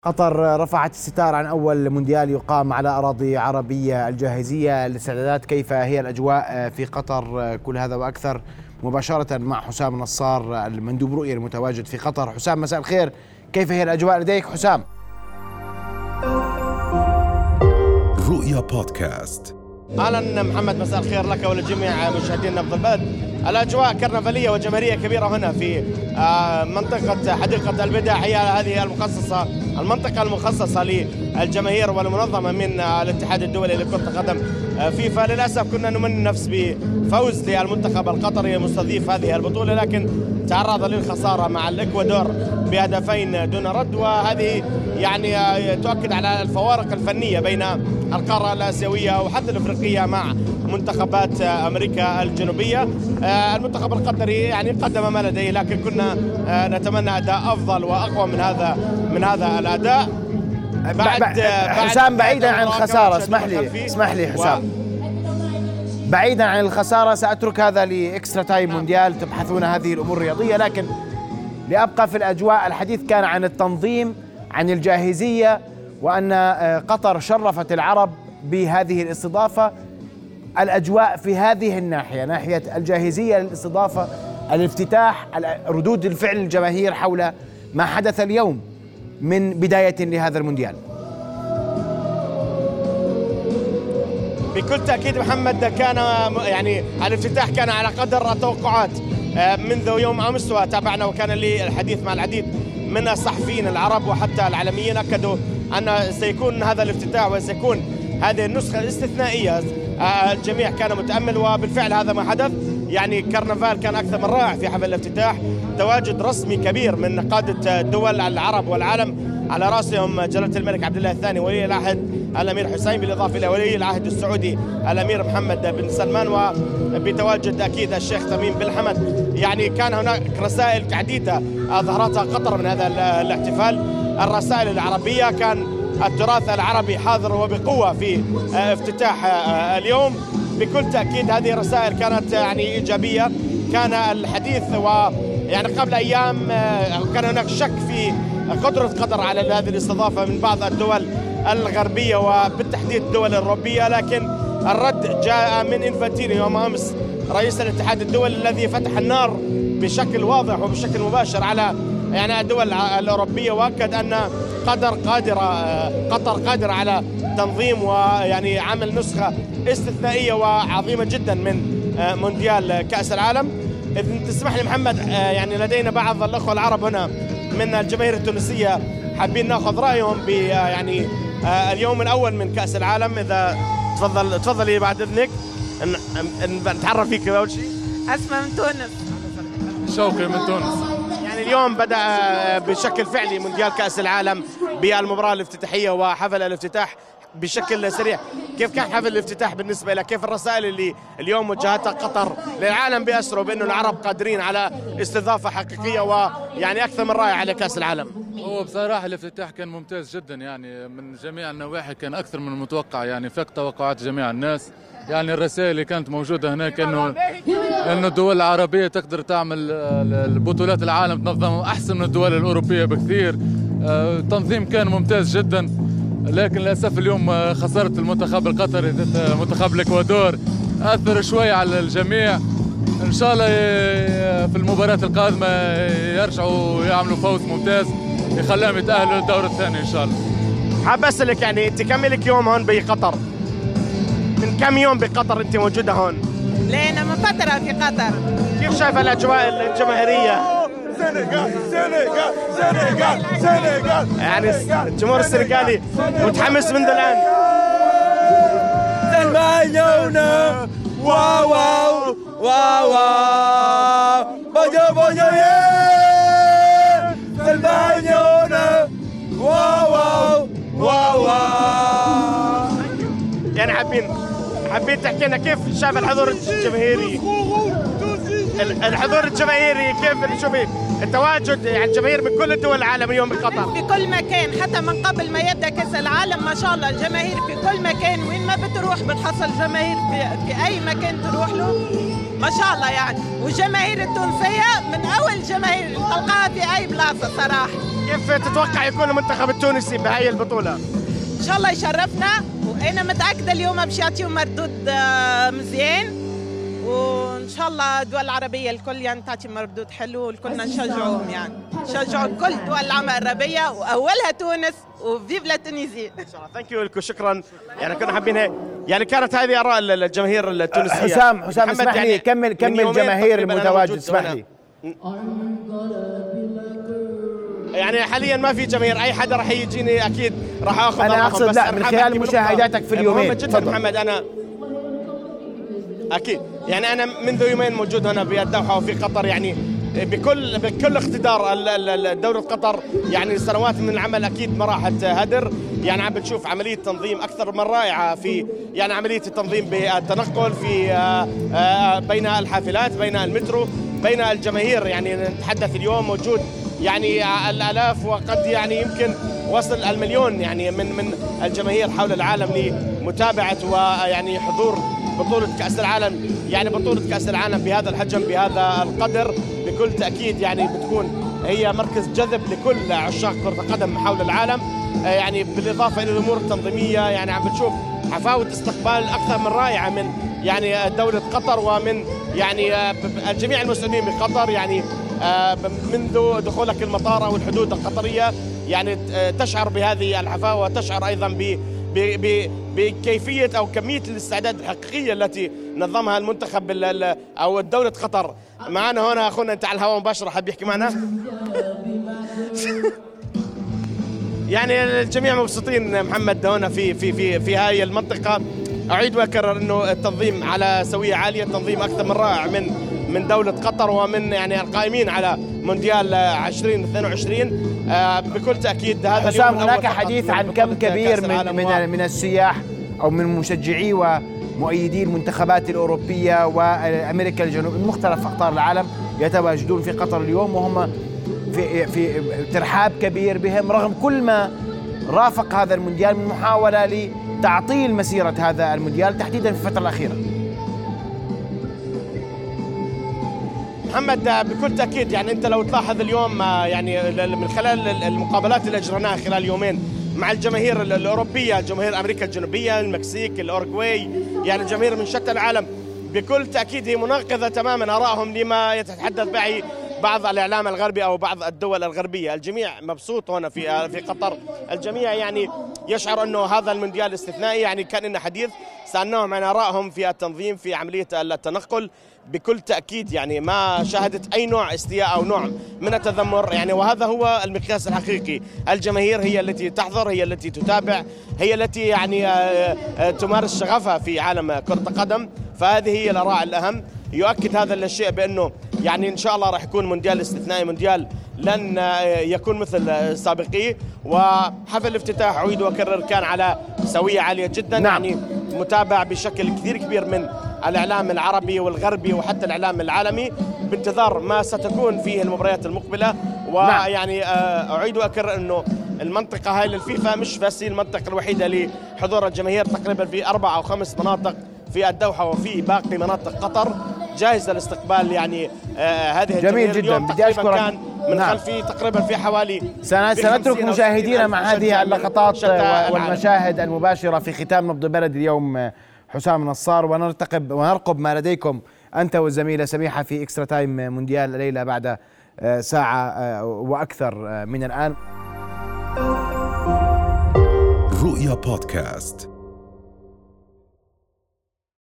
قطر رفعت الستار عن أول مونديال يقام على أراضي عربية. الجاهزية، الاستعدادات، كيف هي الأجواء في قطر؟ كل هذا وأكثر مباشرة مع حسام نصار المندوب رؤية المتواجد في قطر. حسام، مساء الخير، كيف هي الأجواء لديك حسام؟ رؤيا بودكاست. أهلا محمد، مساء الخير لك ولجميع مشاهدينا نبض البلد. الأجواء كرنفالية وجماهيرية كبيرة هنا في منطقة حديقة البدع، هي هذه المنطقة المخصصة للجماهير والمنظمة من الاتحاد الدولي لكرة القدم فيفا. للأسف كنا نمني نفس بفوز للمنتخب القطري المستضيف هذه البطولة، لكن تعرض للخسارة مع الإكوادور بهدفين دون رد، وهذه يعني تؤكد على الفوارق الفنية بين القارة الآسيوية وحتى الأفريقية مع منتخبات أمريكا الجنوبية. المنتخب القطري يعني قدم ما لديه، لكن كنا نتمنى أداء أفضل وأقوى من هذا الأداء. حسام، بعيدا عن الخسارة، اسمح لي حسام، بعيدا عن الخسارة سأترك هذا لإكسترا تايم مونديال تبحثون هذه الأمور الرياضية، لكن لأبقى في الأجواء. الحديث كان عن التنظيم، عن الجاهزية، وأن قطر شرفت العرب بهذه الاستضافة. الأجواء في هذه الناحية، ناحية الجاهزية للاستضافة، الافتتاح، ردود الفعل الجماهير حول ما حدث اليوم من بداية لهذا المونديال. بكل تأكيد محمد، كان يعني الافتتاح كان على قدر التوقعات منذ يوم أمس، وتابعنا وكان لي الحديث مع العديد من الصحفيين العرب وحتى العالميين، أكدوا أن سيكون هذا الافتتاح وسيكون هذه النسخة الاستثنائية. الجميع كان متأمل، وبالفعل هذا ما حدث. يعني كرنفال كان أكثر من رائع في حفل الافتتاح، تواجد رسمي كبير من قادة دول العرب والعالم، على رأسهم جلالة الملك عبد الله الثاني ولي العهد الأمير حسين، بالإضافة إلى ولي العهد السعودي الأمير محمد بن سلمان، وبتواجد أكيد الشيخ تميم بن حمد. يعني كان هناك رسائل عديدة أظهرتها قطر من هذا الاحتفال. الرسائل العربية، كان التراث العربي حاضر وبقوة في افتتاح اليوم. بكل تأكيد هذه الرسائل كانت يعني إيجابية. كان الحديث ويعني قبل أيام كان هناك شك في قدرة قطر على هذه الاستضافة من بعض الدول الغربية وبالتحديد الدول الأوروبية، لكن الرد جاء من إنفانتينو يوم أمس رئيس الاتحاد الدولي، الذي فتح النار بشكل واضح وبشكل مباشر على يعني الدول الأوروبية، وأكد أن قطر قادرة على تنظيم ويعني عمل نسخة استثنائية وعظيمة جدا من مونديال كأس العالم. إذا تسمح لي محمد، يعني لدينا بعض الأخوة العرب هنا من الجماهير التونسية، حابين ناخذ رأيهم يعني اليوم الأول من كأس العالم. إذا تفضلي بعد إذنك نتعرف فيك. أول شيء أسماء من تونس. شوقي من تونس. يعني اليوم بدأ بشكل فعلي مونديال كأس العالم بالمباراة الافتتاحية وحفل الافتتاح بشكل سريع. كيف كان حفل الافتتاح بالنسبة لك؟ كيف الرسائل اللي اليوم وجهتها قطر للعالم بأسره بأنه العرب قادرين على استضافة حقيقية ويعني أكثر من رائعة على كأس العالم؟ هو بصراحة الافتتاح كان ممتاز جدا، يعني من جميع النواحي كان أكثر من المتوقع، يعني فاق توقعات جميع الناس. يعني الرسائل اللي كانت موجودة هناك إنه الدول العربية تقدر تعمل البطولات العالم تنظمها أحسن من الدول الأوروبية بكثير. التنظيم كان ممتاز جدا، لكن للأسف اليوم خسارة المنتخب القطري ضد منتخب الإكوادور أثر شوي على الجميع. إن شاء الله في المباراة القادمة يرجعوا يعملوا فوز ممتاز يخليهم يتأهلوا للدور الثاني إن شاء الله. حاب أسألك، يعني أنت كم لك يوم هون بقطر؟ من كم يوم بقطر أنت موجودة هون؟ لأن من فترة في قطر. كيف شايفة الأجواء الجماهيرية؟ سنغال يعني الجمهور السنغالي متحمس منذ الآن. سلمانيونا واو واو واو بوجو بوجو يا سلمانيونا واو واو واو. يعني حابين تحكي لنا كيف شايف الحضور الجماهيري؟ الحضور الجماهيري كيف تشوفي التواجد يعني الجماهير من كل الدول العالم اليوم بقطر في كل مكان، حتى من قبل ما يبدأ كأس العالم ما شاء الله الجماهير في كل مكان، وين ما بتروح بتحصل جماهير في أي مكان تروح له ما شاء الله يعني. والجماهير التونسية من أول جماهير تلقاها في أي بلاصة صراحة. كيف تتوقع يكون المنتخب التونسي بهاي البطولة؟ إن شاء الله يشرفنا، وأنا متأكدة اليوم باش يعطيو مردود مزيان، وإن شاء الله الدول العربية الكل يعني تعطي مردود حلو، والكلنا نشجعوهم يعني نشجعوا كل الدول العربية وأولها تونس، وفيف لا تونيزي. إن شاء الله. ثانك يو لكم، شكرا. يعني كنا حابين هيك، يعني كانت هذه آراء الجماهير التونسية. حسام اسمح لي كمل جماهير المتواجد، اسمح لي. يعني حاليا ما في جماهير، اي حدا راح يجيني اكيد راح اخذ. انا اقصد لا من خلال مشاهداتك في اليومين. تفضل محمد. انا اكيد يعني انا منذ يومين موجود هنا بالدوحه وفي قطر، يعني بكل اقتدار دولة قطر، يعني سنوات من العمل اكيد ما راحت هدر. يعني عم بتشوف عمليه تنظيم اكثر من رائعه في يعني عمليه التنظيم بالتنقل في بين الحافلات، بين المترو، بين الجماهير. يعني نتحدث اليوم موجود يعني الالاف وقد يعني يمكن وصل المليون يعني من الجماهير حول العالم لمتابعه ويعني حضور بطولة كأس العالم. يعني بطولة كأس العالم بهذا الحجم بهذا القدر بكل تأكيد يعني بتكون هي مركز جذب لكل عشاق كرة القدم حول العالم. يعني بالإضافة إلى الأمور التنظيمية، يعني عم بتشوف حفاوة استقبال أكثر من رائعة من يعني دولة قطر ومن يعني الجميع المسؤولين بقطر. يعني منذ دخولك المطار أو الحدود القطرية يعني تشعر بهذه الحفاوة، وتشعر أيضا بكيفية أو كمية الاستعداد الحقيقية التي نظمها المنتخب أو دولة قطر. معنا هنا أخونا أنت على الهواء مباشرة، حاب يحكي معنا؟ يعني الجميع مبسوطين محمد هنا في هاي المنطقة. أعيد وأكرر أنه التنظيم على سوية عالية، تنظيم أكثر من رائع من دولة قطر ومن يعني القائمين على مونديال 2022. بكل تأكيد هذا حسام هناك حديث عن كم كبير من السياح أو من مشجعي ومؤيدي المنتخبات الأوروبية وأمريكا الجنوبية من مختلف أقطار العالم يتواجدون في قطر اليوم، وهم في ترحاب كبير بهم رغم كل ما رافق هذا المونديال من محاولة لتعطيل مسيرة هذا المونديال تحديدا في الفترة الأخيرة. محمد بكل تأكيد يعني أنت لو تلاحظ اليوم يعني من خلال المقابلات اللي أجرناها خلال يومين مع الجماهير الأوروبية، جماهير أمريكا الجنوبية، المكسيك، الأورغواي، يعني الجماهير من شتى العالم، بكل تأكيد هي مناقضة تماما آرائهم لما يتحدث به بعض الإعلام الغربي أو بعض الدول الغربية. الجميع مبسوط هنا في قطر، الجميع يعني يشعر أنه هذا المونديال استثنائي. يعني كان لنا حديث سألناهم عن آرائهم في التنظيم في عملية التنقل، بكل تأكيد يعني ما شاهدت أي نوع استياء أو نوع من التذمر. يعني وهذا هو المقياس الحقيقي، الجماهير هي التي تحضر، هي التي تتابع، هي التي يعني تمارس شغفها في عالم كرة القدم. فهذه هي الآراء الأهم. يؤكد هذا الشيء بأنه يعني إن شاء الله راح يكون مونديال استثنائي، مونديال لن يكون مثل السابقين. وحفل الافتتاح أعيد وأكرر كان على سوية عالية جدا. نعم. يعني متابع بشكل كثير كبير من الإعلام العربي والغربي وحتى الإعلام العالمي بانتظار ما ستكون فيه المباريات المقبلة. ويعني أعيد وأكرر أنه المنطقة هاي للفيفا مش بس هي المنطقة الوحيدة لحضور الجماهير، تقريبا في 4 أو 5 مناطق في الدوحة وفي باقي مناطق قطر جاهزة لاستقبال يعني هذه جميل جدا. بدي أشكرك. كان من خلفي تقريبا في حوالي سنترك مشاهدينا مع هذه اللقطات والمشاهد المباشرة في ختام نبض بلد اليوم حسام نصار، ونرقب ما لديكم أنت والزميلة سميحة في إكسترا تايم مونديال الليلة بعد ساعة وأكثر من الآن. رؤيا بودكاست.